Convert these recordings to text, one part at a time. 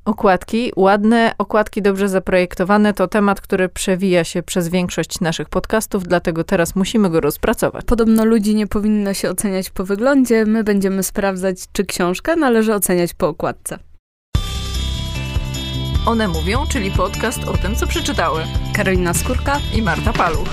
Okładki, ładne, okładki dobrze zaprojektowane to temat, który przewija się przez większość naszych podcastów, dlatego teraz musimy go rozpracować. Podobno ludzi nie powinno się oceniać po wyglądzie. My będziemy sprawdzać, czy książkę należy oceniać po okładce. One mówią, czyli podcast o tym, co przeczytały. Karolina Skórka i Marta Paluch.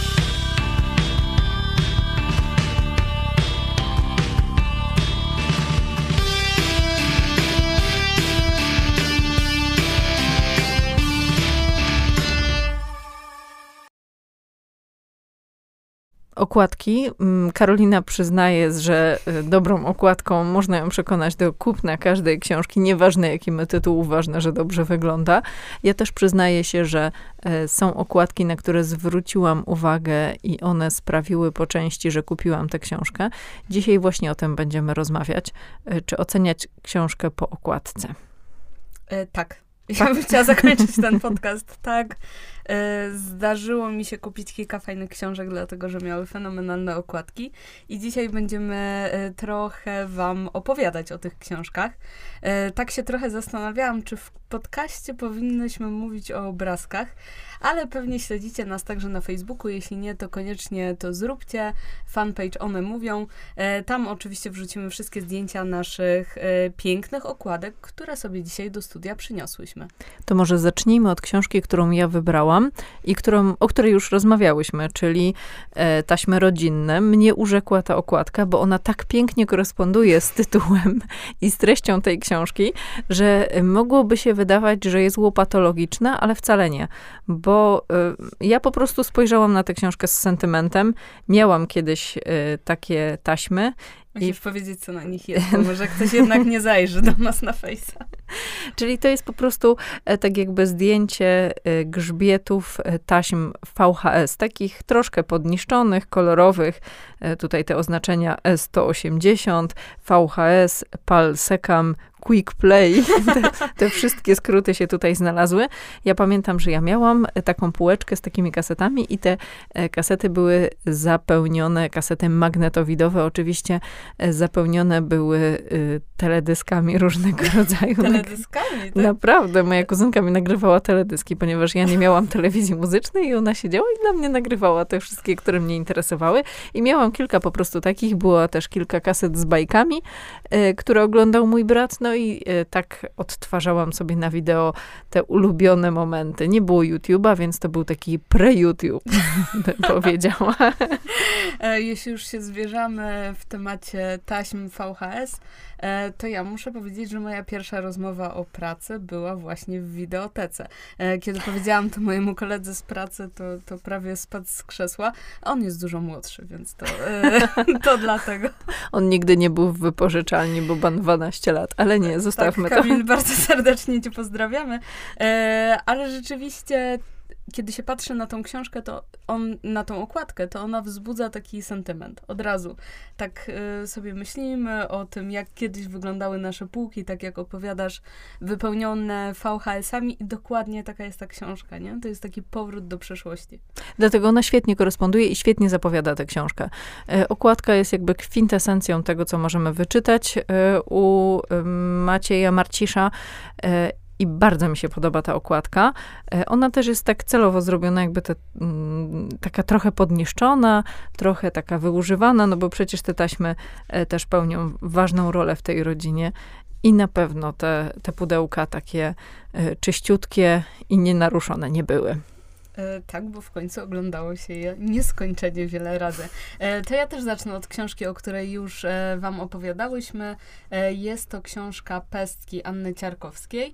Okładki. Karolina przyznaje, że dobrą okładką można ją przekonać do kupna każdej książki, nieważne jaki ma tytuł, ważne, że dobrze wygląda. Ja też przyznaję się, że są okładki, na które zwróciłam uwagę i one sprawiły po części, że kupiłam tę książkę. Dzisiaj właśnie o tym będziemy rozmawiać. Czy oceniać książkę po okładce? Tak. Ja bym chciała zakończyć ten podcast. Tak. Zdarzyło mi się kupić kilka fajnych książek, dlatego że miały fenomenalne okładki. I dzisiaj będziemy trochę wam opowiadać o tych książkach. Tak się trochę zastanawiałam, czy w podcaście powinnyśmy mówić o obrazkach, ale pewnie śledzicie nas także na Facebooku. Jeśli nie, to koniecznie to zróbcie. Fanpage One Mówią. Tam oczywiście wrzucimy wszystkie zdjęcia naszych pięknych okładek, które sobie dzisiaj do studia przyniosłyśmy. To może zacznijmy od książki, którą ja wybrałam i o której już rozmawiałyśmy, czyli Taśmy rodzinne. Mnie urzekła ta okładka, bo ona tak pięknie koresponduje z tytułem i z treścią tej książki, że mogłoby się wydawać, że jest łopatologiczna, ale wcale nie. Bo ja po prostu spojrzałam na tę książkę z sentymentem. Miałam kiedyś takie taśmy. Musisz powiedzieć, co na nich jest, bo może ktoś jednak nie zajrzy do nas na Face'a. Czyli to jest po prostu tak jakby zdjęcie grzbietów taśm VHS, takich troszkę podniszczonych, kolorowych. Tutaj te oznaczenia S180, VHS, PAL, SECAM, Quick Play. Te wszystkie skróty się tutaj znalazły. Ja pamiętam, że ja miałam taką półeczkę z takimi kasetami i te kasety były zapełnione, kasety magnetowidowe oczywiście, zapełnione były teledyskami różnego rodzaju. Teledyskami? Tak? Naprawdę. Moja kuzynka mi nagrywała teledyski, ponieważ ja nie miałam telewizji muzycznej i ona siedziała i dla mnie nagrywała te wszystkie, które mnie interesowały. I miałam kilka po prostu takich. Było też kilka kaset z bajkami, które oglądał mój brat. No i tak odtwarzałam sobie na wideo te ulubione momenty. Nie było YouTube'a, więc to był taki pre-YouTube, bym powiedziała. Jeśli już się zwierzamy w temacie taśm VHS, to ja muszę powiedzieć, że moja pierwsza rozmowa o pracy była właśnie w wideotece. Kiedy powiedziałam to mojemu koledze z pracy, to prawie spadł z krzesła. On jest dużo młodszy, więc to dlatego. On nigdy nie był w wypożyczalni, bo ma 12 lat, ale nie, zostawmy tak, to. Kamil, bardzo serdecznie cię pozdrawiamy. Ale rzeczywiście, kiedy się patrzy na tą książkę, na tą okładkę, to ona wzbudza taki sentyment od razu. Tak sobie myślimy o tym, jak kiedyś wyglądały nasze półki, tak jak opowiadasz, wypełnione VHS-ami i dokładnie taka jest ta książka, nie? To jest taki powrót do przeszłości. Dlatego ona świetnie koresponduje i świetnie zapowiada tę książkę. Okładka jest jakby kwintesencją tego, co możemy wyczytać u Macieja Marcisza. I bardzo mi się podoba ta okładka. Ona też jest tak celowo zrobiona, jakby taka trochę podniszczona, trochę taka wyużywana, no bo przecież te taśmy też pełnią ważną rolę w tej rodzinie. I na pewno te pudełka takie czyściutkie i nienaruszone nie były. Tak, bo w końcu oglądało się je nieskończenie wiele razy. To ja też zacznę od książki, o której już wam opowiadałyśmy. Jest to książka Pestki Anny Ciarkowskiej.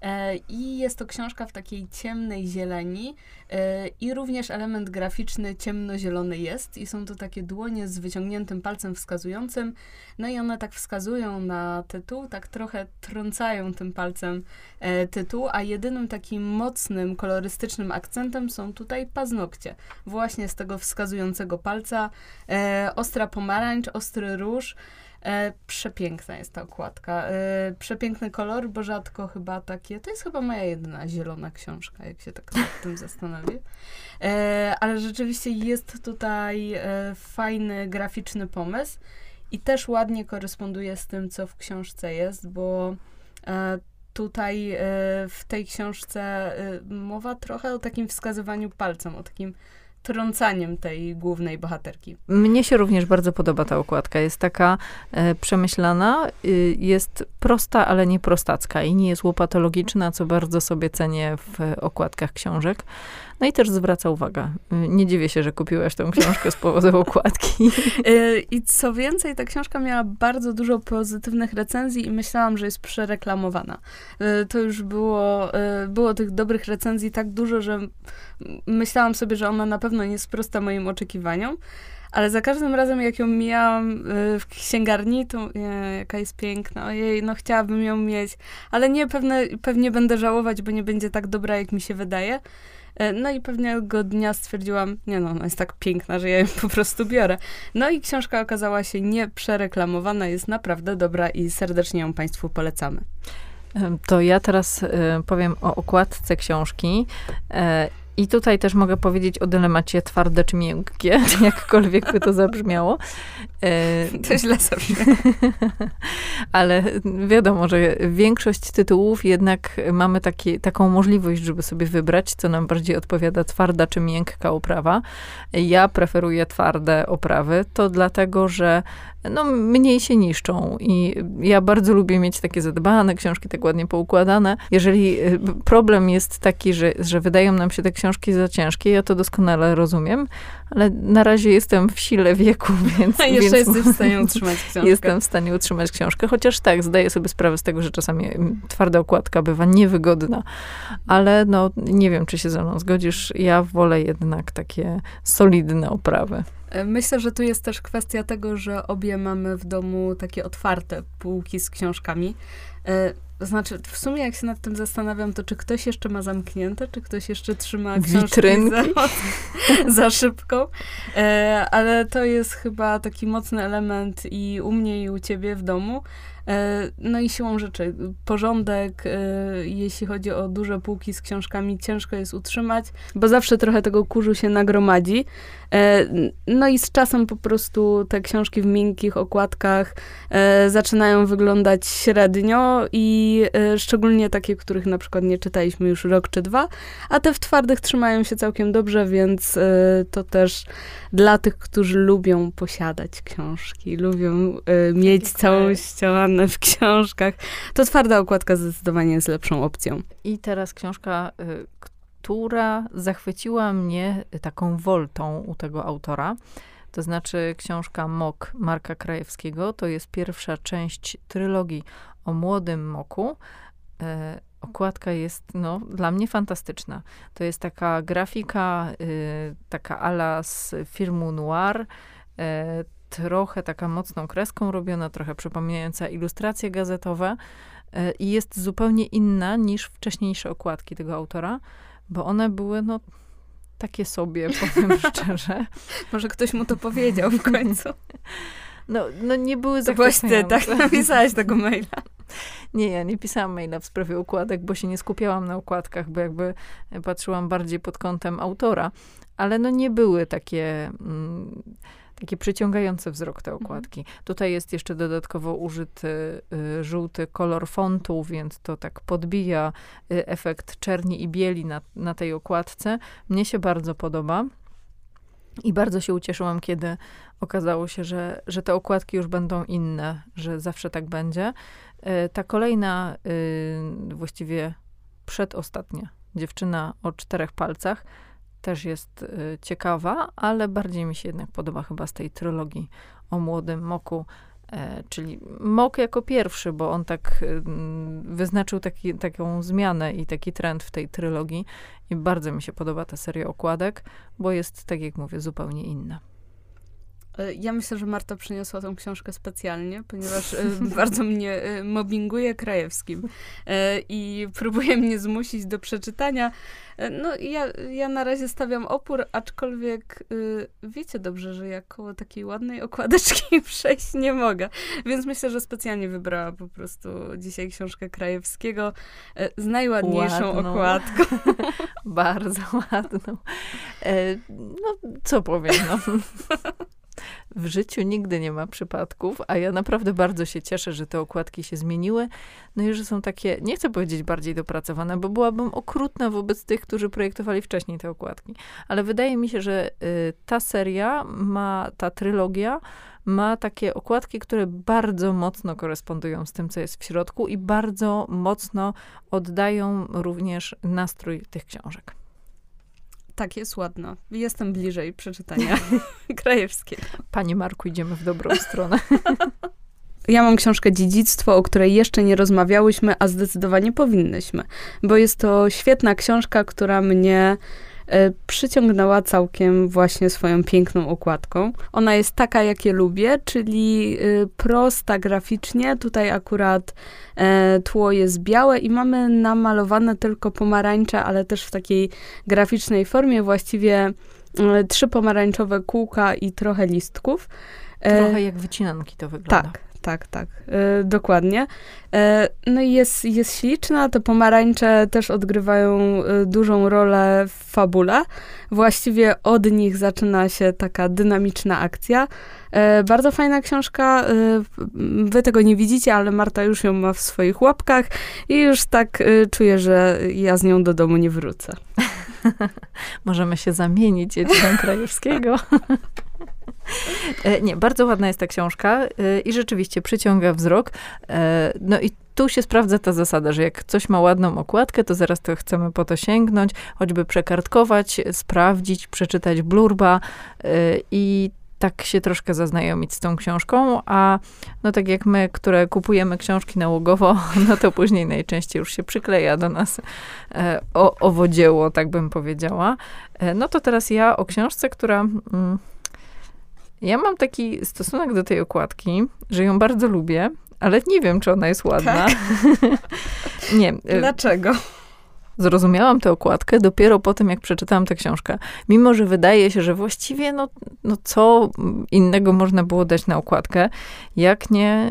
I jest to książka w takiej ciemnej zieleni i również element graficzny ciemnozielony jest i są to takie dłonie z wyciągniętym palcem wskazującym, no i one tak wskazują na tytuł, tak trochę trącają tym palcem tytuł, a jedynym takim mocnym, kolorystycznym akcentem są tutaj paznokcie. Właśnie z tego wskazującego palca, ostra pomarańcz, ostry róż. Przepiękna jest ta okładka. Przepiękny kolor, bo rzadko chyba takie. To jest chyba moja jedyna zielona książka, jak się tak nad tym zastanowię. Ale rzeczywiście jest tutaj fajny, graficzny pomysł i też ładnie koresponduje z tym, co w książce jest, bo tutaj w tej książce mowa trochę o takim wskazywaniu palcem, o takim trącaniem tej głównej bohaterki. Mnie się również bardzo podoba ta okładka. Jest taka przemyślana, jest prosta, ale nie prostacka i nie jest łopatologiczna, co bardzo sobie cenię w okładkach książek. No i też zwraca uwagę. Nie dziwię się, że kupiłaś tę książkę z powodu okładki. I co więcej, ta książka miała bardzo dużo pozytywnych recenzji i myślałam, że jest przereklamowana. To już było tych dobrych recenzji tak dużo, że myślałam sobie, że ona na pewno nie sprosta moim oczekiwaniom. Ale za każdym razem, jak ją mijałam w księgarni, to jaka jest piękna, ojej, no chciałabym ją mieć. Ale nie, pewnie będę żałować, bo nie będzie tak dobra, jak mi się wydaje. No i pewnego dnia stwierdziłam, nie no, ona jest tak piękna, że ja ją po prostu biorę. No i książka okazała się nie przereklamowana, jest naprawdę dobra i serdecznie ją Państwu polecamy. To ja teraz powiem o okładce książki. I tutaj też mogę powiedzieć o dylemacie twarde czy miękkie, jakkolwiek by to zabrzmiało. To źle zabrzmiało. Ale wiadomo, że większość tytułów jednak mamy taką możliwość, żeby sobie wybrać, co nam bardziej odpowiada, twarda czy miękka oprawa. Ja preferuję twarde oprawy, to dlatego, że no, mniej się niszczą i ja bardzo lubię mieć takie zadbane książki, tak ładnie poukładane. Jeżeli problem jest taki, że wydają nam się te książki za ciężkie, ja to doskonale rozumiem, ale na razie jestem w sile wieku, więc... A jeszcze jesteś w stanie utrzymać książkę. Jestem w stanie utrzymać książkę, chociaż tak, zdaję sobie sprawę z tego, że czasami twarda okładka bywa niewygodna, ale no, nie wiem, czy się ze mną zgodzisz, ja wolę jednak takie solidne oprawy. Myślę, że tu jest też kwestia tego, że obie mamy w domu takie otwarte półki z książkami. Znaczy, w sumie jak się nad tym zastanawiam, to czy ktoś jeszcze ma zamknięte, czy ktoś jeszcze trzyma książki za szybką. Ale to jest chyba taki mocny element i u mnie, i u ciebie w domu. No i siłą rzeczy, porządek, jeśli chodzi o duże półki z książkami, ciężko jest utrzymać, bo zawsze trochę tego kurzu się nagromadzi. No i z czasem po prostu te książki w miękkich okładkach zaczynają wyglądać średnio i szczególnie takie, których na przykład nie czytaliśmy już rok czy dwa, a te w twardych trzymają się całkiem dobrze, więc to też dla tych, którzy lubią posiadać książki, lubią mieć całościowane w książkach, to twarda okładka zdecydowanie jest lepszą opcją. I teraz książka, która zachwyciła mnie taką woltą u tego autora. To znaczy książka Mok Marka Krajewskiego. To jest pierwsza część trylogii o młodym Moku. Okładka jest, no, dla mnie fantastyczna. To jest taka grafika, taka ala z filmu noir, trochę taka mocną kreską robiona, trochę przypominająca ilustracje gazetowe i jest zupełnie inna niż wcześniejsze okładki tego autora, bo one były, no, takie sobie, powiem szczerze. Może ktoś mu to powiedział w końcu. No nie były zachwycające. Właśnie tak napisałaś tego maila. Nie, ja nie pisałam maila w sprawie okładek, bo się nie skupiałam na okładkach, bo jakby patrzyłam bardziej pod kątem autora. Ale no nie były takie przyciągające wzrok te okładki. Tutaj jest jeszcze dodatkowo użyty żółty kolor fontu, więc to tak podbija efekt czerni i bieli na tej okładce. Mnie się bardzo podoba. I bardzo się ucieszyłam, kiedy okazało się, że te okładki już będą inne, że zawsze tak będzie. Ta kolejna, właściwie przedostatnia dziewczyna o 4 palcach też jest ciekawa, ale bardziej mi się jednak podoba chyba z tej trylogii o młodym Moku, czyli Mok jako pierwszy, bo on tak wyznaczył taką zmianę i taki trend w tej trylogii i bardzo mi się podoba ta seria okładek, bo jest, tak jak mówię, zupełnie inna. Ja myślę, że Marta przyniosła tą książkę specjalnie, ponieważ bardzo mnie mobbinguje Krajewskim i próbuje mnie zmusić do przeczytania. No ja na razie stawiam opór, aczkolwiek wiecie dobrze, że ja koło takiej ładnej okładeczki przejść nie mogę. Więc myślę, że specjalnie wybrała po prostu dzisiaj książkę Krajewskiego z najładniejszą okładką. Bardzo ładną. No, co powiem, no. W życiu nigdy nie ma przypadków, a ja naprawdę bardzo się cieszę, że te okładki się zmieniły. No i że są takie, nie chcę powiedzieć bardziej dopracowane, bo byłabym okrutna wobec tych, którzy projektowali wcześniej te okładki. Ale wydaje mi się, że ta seria ta trylogia ma takie okładki, które bardzo mocno korespondują z tym, co jest w środku i bardzo mocno oddają również nastrój tych książek. Tak, jest ładna. Jestem bliżej przeczytania Krajewskiego. Panie Marku, idziemy w dobrą stronę. Ja mam książkę Dziedzictwo, o której jeszcze nie rozmawiałyśmy, a zdecydowanie powinnyśmy, bo jest to świetna książka, która mnie przyciągnęła całkiem właśnie swoją piękną okładką. Ona jest taka, jak je lubię, czyli prosta graficznie. Tutaj akurat tło jest białe i mamy namalowane tylko pomarańcze, ale też w takiej graficznej formie. Właściwie 3 pomarańczowe kółka i trochę listków. Trochę jak wycinanki to wygląda. Tak, dokładnie. No i jest śliczna, te pomarańcze też odgrywają dużą rolę w fabule. Właściwie od nich zaczyna się taka dynamiczna akcja. Bardzo fajna książka. Wy tego nie widzicie, ale Marta już ją ma w swoich łapkach i już tak czuję, że ja z nią do domu nie wrócę. Możemy się zamienić, jedziemy Krajewskiego. Nie, bardzo ładna jest ta książka i rzeczywiście przyciąga wzrok. No i tu się sprawdza ta zasada, że jak coś ma ładną okładkę, to zaraz to chcemy po to sięgnąć, choćby przekartkować, sprawdzić, przeczytać blurba i tak się troszkę zaznajomić z tą książką, a no tak jak my, które kupujemy książki nałogowo, no to później najczęściej już się przykleja do nas owodzieło, tak bym powiedziała. No to teraz ja o książce, która... Ja mam taki stosunek do tej okładki, że ją bardzo lubię, ale nie wiem, czy ona jest ładna. Tak? Nie. Dlaczego? Zrozumiałam tę okładkę dopiero po tym, jak przeczytałam tę książkę. Mimo, że wydaje się, że właściwie no co innego można było dać na okładkę, jak nie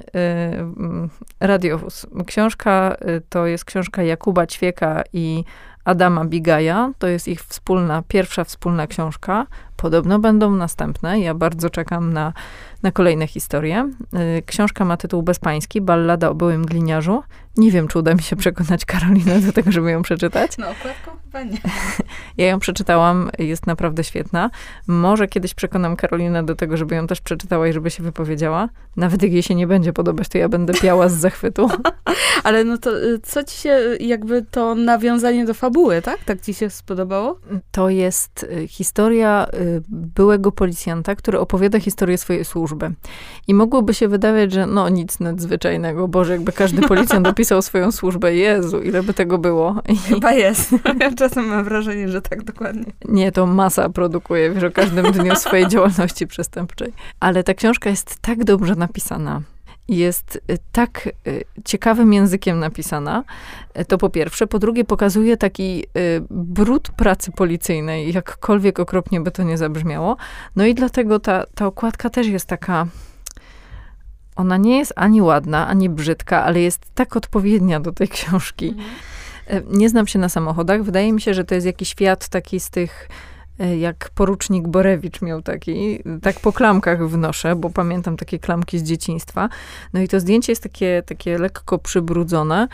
radiowóz. Książka to jest książka Jakuba Ćwieka i Adama Bigaja. To jest ich pierwsza wspólna książka. Podobno będą następne. Ja bardzo czekam na kolejne historie. Książka ma tytuł Bezpański, Ballada o byłym gliniarzu. Nie wiem, czy uda mi się przekonać Karolinę do tego, żeby ją przeczytać. No, okładką chyba nie. Ja ją przeczytałam, jest naprawdę świetna. Może kiedyś przekonam Karolinę do tego, żeby ją też przeczytała i żeby się wypowiedziała. Nawet jak jej się nie będzie podobać, to ja będę piała z zachwytu. Ale no to co ci się, jakby to nawiązanie do fabuły, tak? Tak ci się spodobało? To jest historia byłego policjanta, który opowiada historię swojej służby. I mogłoby się wydawać, że no nic nadzwyczajnego. Boże, jakby każdy policjant opisał swoją służbę. Jezu, ile by tego było. Chyba jest. Ja czasem mam wrażenie, że tak dokładnie. Nie, to masa produkuje, wiesz, o każdym dniu swojej działalności przestępczej. Ale ta książka jest tak dobrze napisana. Jest tak ciekawym językiem napisana, to po pierwsze. Po drugie, pokazuje taki brud pracy policyjnej, jakkolwiek okropnie by to nie zabrzmiało. No i dlatego ta okładka też jest taka... Ona nie jest ani ładna, ani brzydka, ale jest tak odpowiednia do tej książki. Nie znam się na samochodach. Wydaje mi się, że to jest jakiś Fiat taki z tych... Jak porucznik Borewicz miał taki, tak po klamkach wnoszę, bo pamiętam takie klamki z dzieciństwa. No i to zdjęcie jest takie lekko przybrudzone.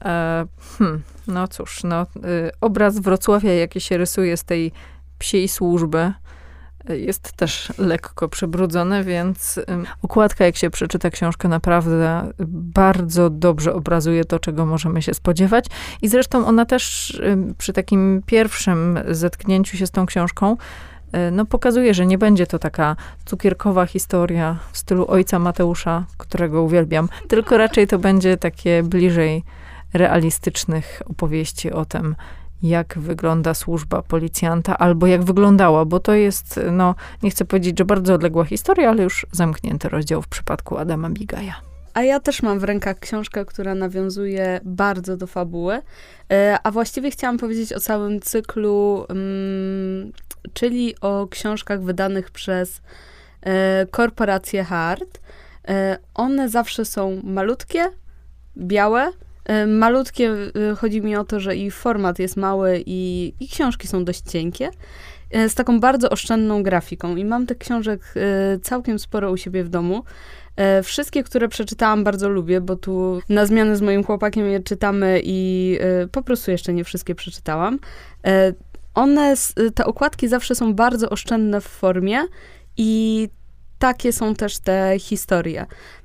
No cóż, obraz Wrocławia, jaki się rysuje z tej psiej służby, jest też lekko przebrudzony, więc okładka, jak się przeczyta książkę, naprawdę bardzo dobrze obrazuje to, czego możemy się spodziewać. I zresztą ona też przy takim pierwszym zetknięciu się z tą książką pokazuje, że nie będzie to taka cukierkowa historia w stylu Ojca Mateusza, którego uwielbiam, tylko raczej to będzie takie bliżej realistycznych opowieści o tym, jak wygląda służba policjanta, albo jak wyglądała, bo to jest, nie chcę powiedzieć, że bardzo odległa historia, ale już zamknięty rozdział w przypadku Adama Bigaja. A ja też mam w rękach książkę, która nawiązuje bardzo do fabuły, a właściwie chciałam powiedzieć o całym cyklu, czyli o książkach wydanych przez korporację Hart. One zawsze są malutkie, białe. Malutkie, chodzi mi o to, że i format jest mały i książki są dość cienkie. z taką bardzo oszczędną grafiką. I mam tych książek całkiem sporo u siebie w domu. Wszystkie, które przeczytałam, bardzo lubię, bo tu na zmianę z moim chłopakiem je czytamy i po prostu jeszcze nie wszystkie przeczytałam. Te okładki zawsze są bardzo oszczędne w formie i takie są też te historie.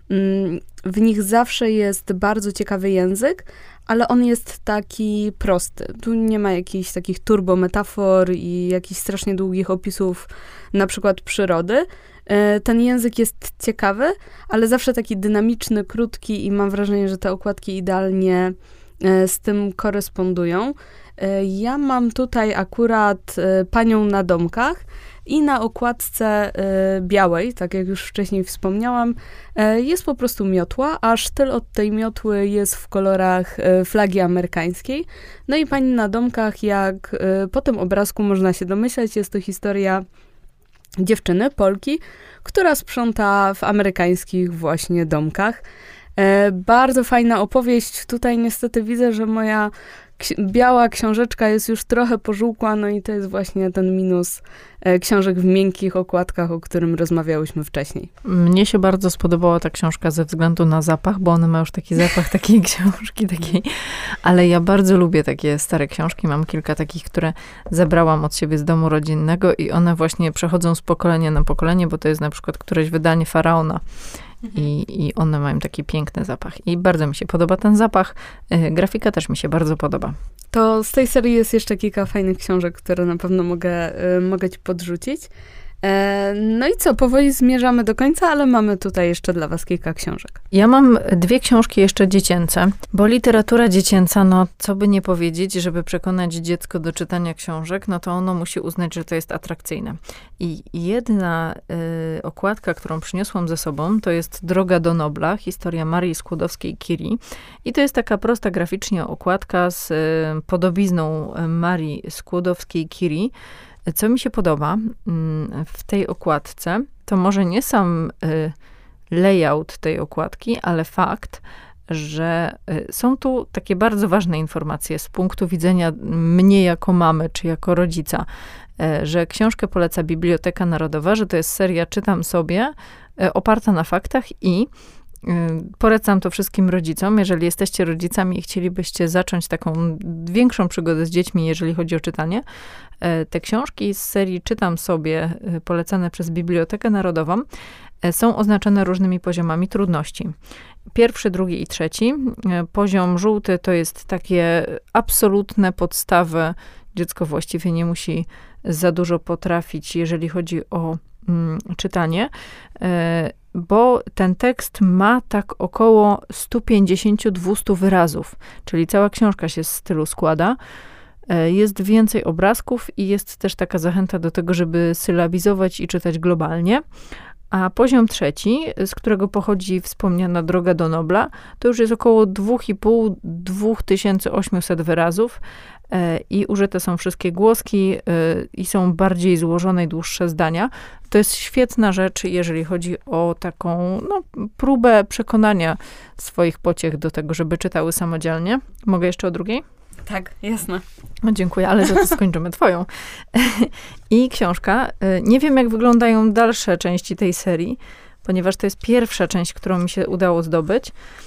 W nich zawsze jest bardzo ciekawy język, ale on jest taki prosty. Tu nie ma jakichś takich turbometafor i jakichś strasznie długich opisów, na przykład przyrody. Ten język jest ciekawy, ale zawsze taki dynamiczny, krótki i mam wrażenie, że te okładki idealnie z tym korespondują. Ja mam tutaj akurat Panią na domkach i na okładce białej, tak jak już wcześniej wspomniałam, jest po prostu miotła, a sztyl od tej miotły jest w kolorach flagi amerykańskiej. No i Pani na domkach, jak po tym obrazku można się domyśleć, jest to historia dziewczyny, Polki, która sprząta w amerykańskich właśnie domkach. Bardzo fajna opowieść. Tutaj niestety widzę, że moja biała książeczka jest już trochę pożółkła, no i to jest właśnie ten minus książek w miękkich okładkach, o którym rozmawiałyśmy wcześniej. Mnie się bardzo spodobała ta książka ze względu na zapach, bo ona ma już taki zapach takiej książki, ale ja bardzo lubię takie stare książki. Mam kilka takich, które zabrałam od siebie z domu rodzinnego i one właśnie przechodzą z pokolenia na pokolenie, bo to jest na przykład któreś wydanie Faraona. I one mają taki piękny zapach. I bardzo mi się podoba ten zapach. Grafika też mi się bardzo podoba. To z tej serii jest jeszcze kilka fajnych książek, które na pewno mogę ci podrzucić. No i co, powoli zmierzamy do końca, ale mamy tutaj jeszcze dla was kilka książek. Ja mam 2 książki jeszcze dziecięce, bo literatura dziecięca, no co by nie powiedzieć, żeby przekonać dziecko do czytania książek, no to ono musi uznać, że to jest atrakcyjne. I jedna okładka, którą przyniosłam ze sobą, to jest Droga do Nobla, historia Marii Skłodowskiej-Curie. I to jest taka prosta graficznie okładka z podobizną Marii Skłodowskiej-Curie. Co mi się podoba w tej okładce, to może nie sam layout tej okładki, ale fakt, że są tu takie bardzo ważne informacje z punktu widzenia mnie jako mamy, czy jako rodzica, że książkę poleca Biblioteka Narodowa, że to jest seria Czytam sobie, oparta na faktach i polecam to wszystkim rodzicom. Jeżeli jesteście rodzicami i chcielibyście zacząć taką większą przygodę z dziećmi, jeżeli chodzi o czytanie, te książki z serii Czytam sobie, polecane przez Bibliotekę Narodową, są oznaczone różnymi poziomami trudności. 1., 2. i 3. Poziom żółty to jest takie absolutne podstawy. Dziecko właściwie nie musi za dużo potrafić, jeżeli chodzi o czytanie, bo ten tekst ma tak około 150-200 wyrazów, czyli cała książka się z tylu składa. Jest więcej obrazków i jest też taka zachęta do tego, żeby sylabizować i czytać globalnie. A poziom 3, z którego pochodzi wspomniana Droga do Nobla, to już jest około 2500-2800 wyrazów i użyte są wszystkie głoski i są bardziej złożone i dłuższe zdania. To jest świetna rzecz, jeżeli chodzi o taką próbę przekonania swoich pociech do tego, żeby czytały samodzielnie. Mogę jeszcze o drugiej? Tak, jasne. No, dziękuję, ale za to skończymy twoją. I książka. Nie wiem, jak wyglądają dalsze części tej serii, ponieważ to jest pierwsza część, którą mi się udało zdobyć.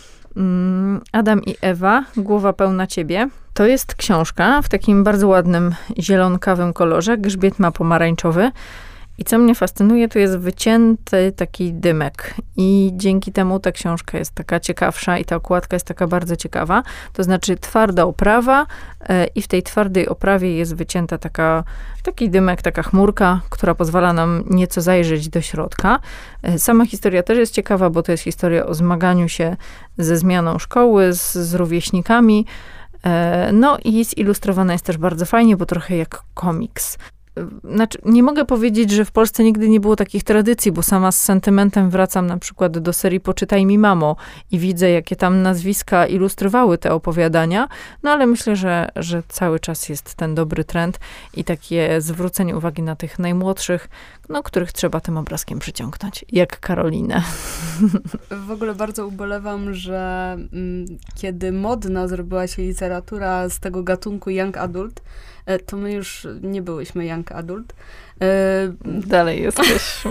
Adam i Ewa, Głowa pełna ciebie. To jest książka w takim bardzo ładnym, zielonkawym kolorze. Grzbiet ma pomarańczowy. I co mnie fascynuje, to jest wycięty taki dymek. I dzięki temu ta książka jest taka ciekawsza i ta okładka jest taka bardzo ciekawa. To znaczy twarda oprawa i w tej twardej oprawie jest wycięta taki dymek, taka chmurka, która pozwala nam nieco zajrzeć do środka. Sama historia też jest ciekawa, bo to jest historia o zmaganiu się ze zmianą szkoły, z rówieśnikami. No i zilustrowana jest też bardzo fajnie, bo trochę jak komiks. Znaczy, nie mogę powiedzieć, że w Polsce nigdy nie było takich tradycji, bo sama z sentymentem wracam na przykład do serii Poczytaj mi, mamo i widzę, jakie tam nazwiska ilustrowały te opowiadania, no ale myślę, że cały czas jest ten dobry trend i takie zwrócenie uwagi na tych najmłodszych, których trzeba tym obrazkiem przyciągnąć, jak Karolinę. W ogóle bardzo ubolewam, że kiedy modna zrobiła się literatura z tego gatunku young adult, to my już nie byłyśmy young adult. Dalej jesteśmy.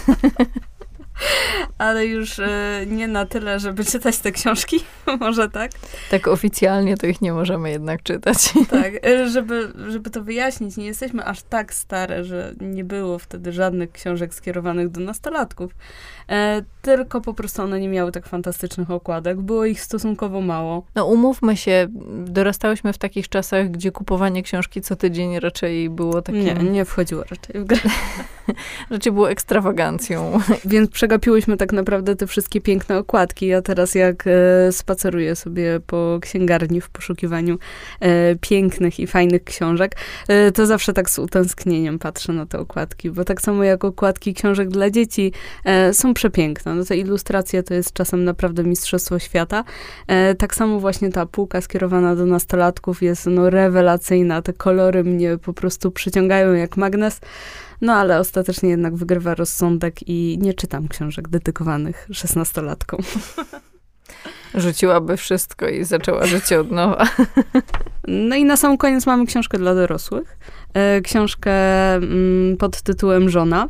Ale już nie na tyle, żeby czytać te książki, może tak? Tak oficjalnie to ich nie możemy jednak czytać. Tak, żeby to wyjaśnić, nie jesteśmy aż tak stare, że nie było wtedy żadnych książek skierowanych do nastolatków, tylko po prostu one nie miały tak fantastycznych okładek, było ich stosunkowo mało. No umówmy się, dorastałyśmy w takich czasach, gdzie kupowanie książki co tydzień raczej było takim... Nie wchodziło raczej w grę. Raczej było ekstrawagancją. Więc przegapiłyśmy tak naprawdę te wszystkie piękne okładki. Ja teraz jak spaceruję sobie po księgarni w poszukiwaniu pięknych i fajnych książek, to zawsze tak z utęsknieniem patrzę na te okładki, bo tak samo jak okładki książek dla dzieci są przepiękne. No te ilustracje to jest czasem naprawdę mistrzostwo świata. Tak samo właśnie ta półka skierowana do nastolatków jest rewelacyjna. Te kolory mnie po prostu przyciągają jak magnes. No ale ostatecznie jednak wygrywa rozsądek i nie czytam książek dedykowanych 16-latkom. Rzuciłaby wszystko i zaczęła życie od nowa. No i na sam koniec mamy książkę dla dorosłych. Książkę pod tytułem Żona.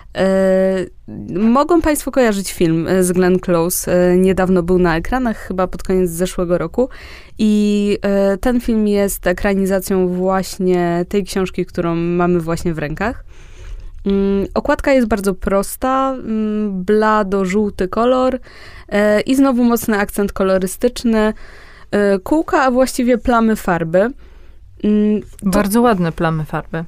Mogą Państwo kojarzyć film z Glenn Close. Niedawno był na ekranach, chyba pod koniec zeszłego roku. I ten film jest ekranizacją właśnie tej książki, którą mamy właśnie w rękach. Okładka jest bardzo prosta, blado-żółty kolor i znowu mocny akcent kolorystyczny. Kółka, a właściwie plamy farby. Bardzo ładne plamy farby.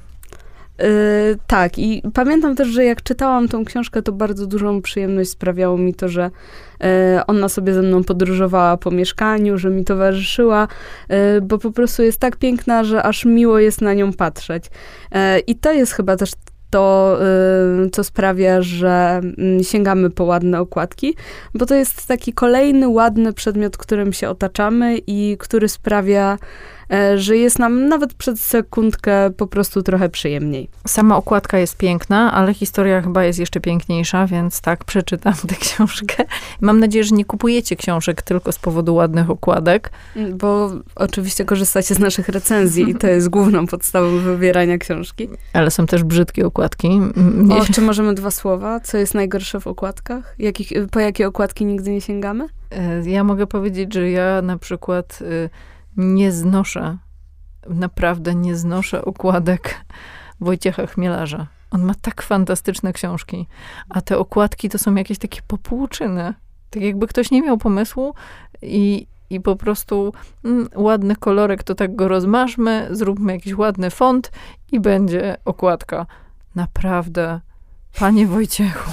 Tak, i pamiętam też, że jak czytałam tą książkę, to bardzo dużą przyjemność sprawiało mi to, że ona sobie ze mną podróżowała po mieszkaniu, że mi towarzyszyła, bo po prostu jest tak piękna, że aż miło jest na nią patrzeć. I to jest chyba też to, co sprawia, że sięgamy po ładne okładki, bo to jest taki kolejny ładny przedmiot, którym się otaczamy i który sprawia, że jest nam nawet przez sekundkę po prostu trochę przyjemniej. Sama okładka jest piękna, ale historia chyba jest jeszcze piękniejsza, więc tak, przeczytam tę książkę. Mam nadzieję, że nie kupujecie książek tylko z powodu ładnych okładek. Bo oczywiście korzystacie z naszych recenzji i to jest główną podstawą wybierania książki. Ale są też brzydkie okładki. Czy możemy 2 słowa? Co jest najgorsze w okładkach? Po jakie okładki nigdy nie sięgamy? Ja mogę powiedzieć, że ja na przykład nie znoszę, naprawdę nie znoszę okładek Wojciecha Chmielarza. On ma tak fantastyczne książki, a te okładki to są jakieś takie popłuczyny. Tak jakby ktoś nie miał pomysłu i po prostu ładny kolorek, to tak go rozmarzmy, zróbmy jakiś ładny font i będzie okładka. Naprawdę, panie Wojciechu,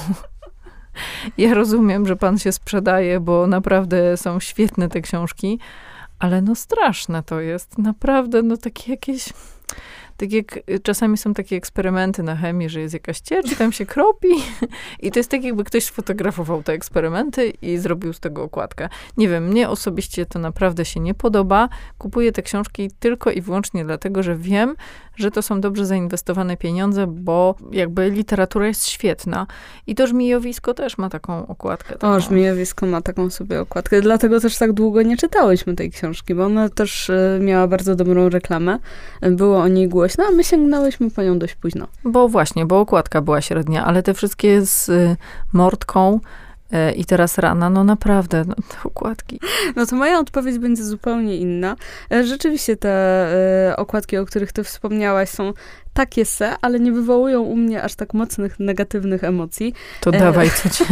ja rozumiem, że pan się sprzedaje, bo naprawdę są świetne te książki, ale no straszne to jest. Naprawdę, no takie jakieś... Tak jak czasami są takie eksperymenty na chemii, że jest jakaś ciecz i tam się kropi. I to jest tak, jakby ktoś sfotografował te eksperymenty i zrobił z tego okładkę. Nie wiem, mnie osobiście to naprawdę się nie podoba. Kupuję te książki tylko i wyłącznie dlatego, że wiem, że to są dobrze zainwestowane pieniądze, bo jakby literatura jest świetna. I to Żmijowisko też ma taką okładkę. Taką. Żmijowisko ma taką sobie okładkę. Dlatego też tak długo nie czytałyśmy tej książki, bo ona też miała bardzo dobrą reklamę. Było o niej głośno, a my sięgnęłyśmy po nią dość późno. Bo właśnie, bo okładka była średnia, ale te wszystkie z mordką i teraz rana, no naprawdę, no, te okładki. No to moja odpowiedź będzie zupełnie inna. Rzeczywiście te okładki, o których ty wspomniałaś, są takie ale nie wywołują u mnie aż tak mocnych, negatywnych emocji. To dawaj,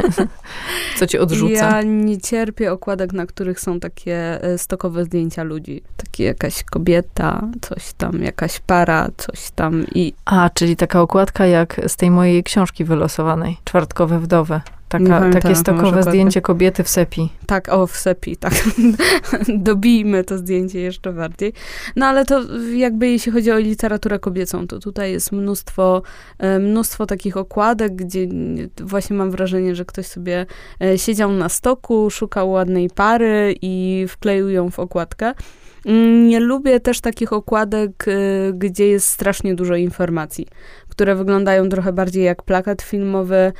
co cię odrzuca. Ja nie cierpię okładek, na których są takie stokowe zdjęcia ludzi. Takie jakaś kobieta, coś tam, jakaś para, coś tam i... Czyli taka okładka jak z tej mojej książki wylosowanej, Czwartkowe wdowy. Takie stokowe zdjęcie kobiety w sepi. Tak, w sepi, tak. Dobijmy to zdjęcie jeszcze bardziej. No ale to jakby jeśli chodzi o literaturę kobiecą, to tutaj jest mnóstwo takich okładek, gdzie właśnie mam wrażenie, że ktoś sobie siedział na stoku, szukał ładnej pary i wkleił ją w okładkę. Nie lubię też takich okładek, gdzie jest strasznie dużo informacji, które wyglądają trochę bardziej jak plakat filmowy.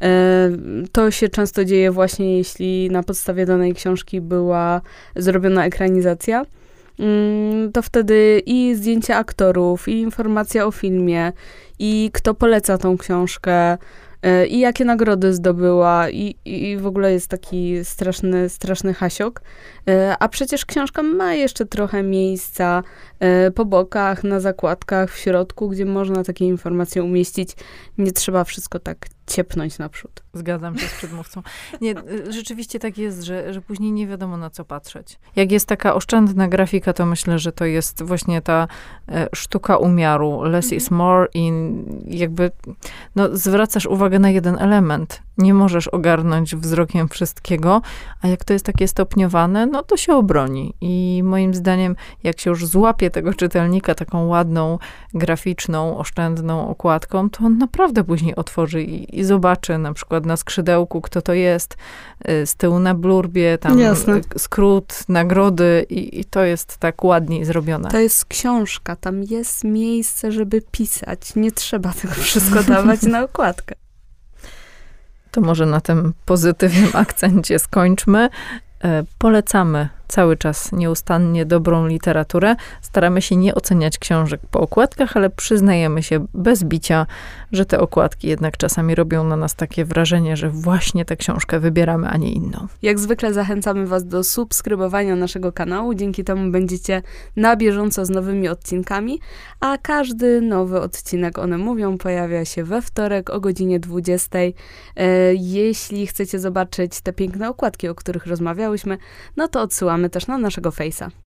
To się często dzieje właśnie, jeśli na podstawie danej książki była zrobiona ekranizacja. to wtedy i zdjęcia aktorów, i informacja o filmie, i kto poleca tą książkę, i jakie nagrody zdobyła, i w ogóle jest taki straszny hasiok. A przecież książka ma jeszcze trochę miejsca po bokach, na zakładkach, w środku, gdzie można takie informacje umieścić. Nie trzeba wszystko tak ciepnąć naprzód. Zgadzam się z przedmówcą. Nie, rzeczywiście tak jest, że później nie wiadomo, na co patrzeć. Jak jest taka oszczędna grafika, to myślę, że to jest właśnie ta sztuka umiaru. Less is more i jakby zwracasz uwagę na jeden element. Nie możesz ogarnąć wzrokiem wszystkiego, a jak to jest takie stopniowane, no to się obroni. I moim zdaniem, jak się już złapie tego czytelnika taką ładną, graficzną, oszczędną okładką, to on naprawdę później otworzy i zobaczy na przykład na skrzydełku, kto to jest, z tyłu na blurbie, tam skrót, nagrody i to jest tak ładniej zrobione. To jest książka, tam jest miejsce, żeby pisać. Nie trzeba tego wszystko dawać na okładkę. To może na tym pozytywnym akcencie skończmy. Polecamy cały czas nieustannie dobrą literaturę. Staramy się nie oceniać książek po okładkach, ale przyznajemy się bez bicia, że te okładki jednak czasami robią na nas takie wrażenie, że właśnie tę książkę wybieramy, a nie inną. Jak zwykle zachęcamy was do subskrybowania naszego kanału. Dzięki temu będziecie na bieżąco z nowymi odcinkami, a każdy nowy odcinek, one mówią, pojawia się we wtorek o godzinie 20. Jeśli chcecie zobaczyć te piękne okładki, o których rozmawiałyśmy, no to odsyłamy też na naszego Face'a.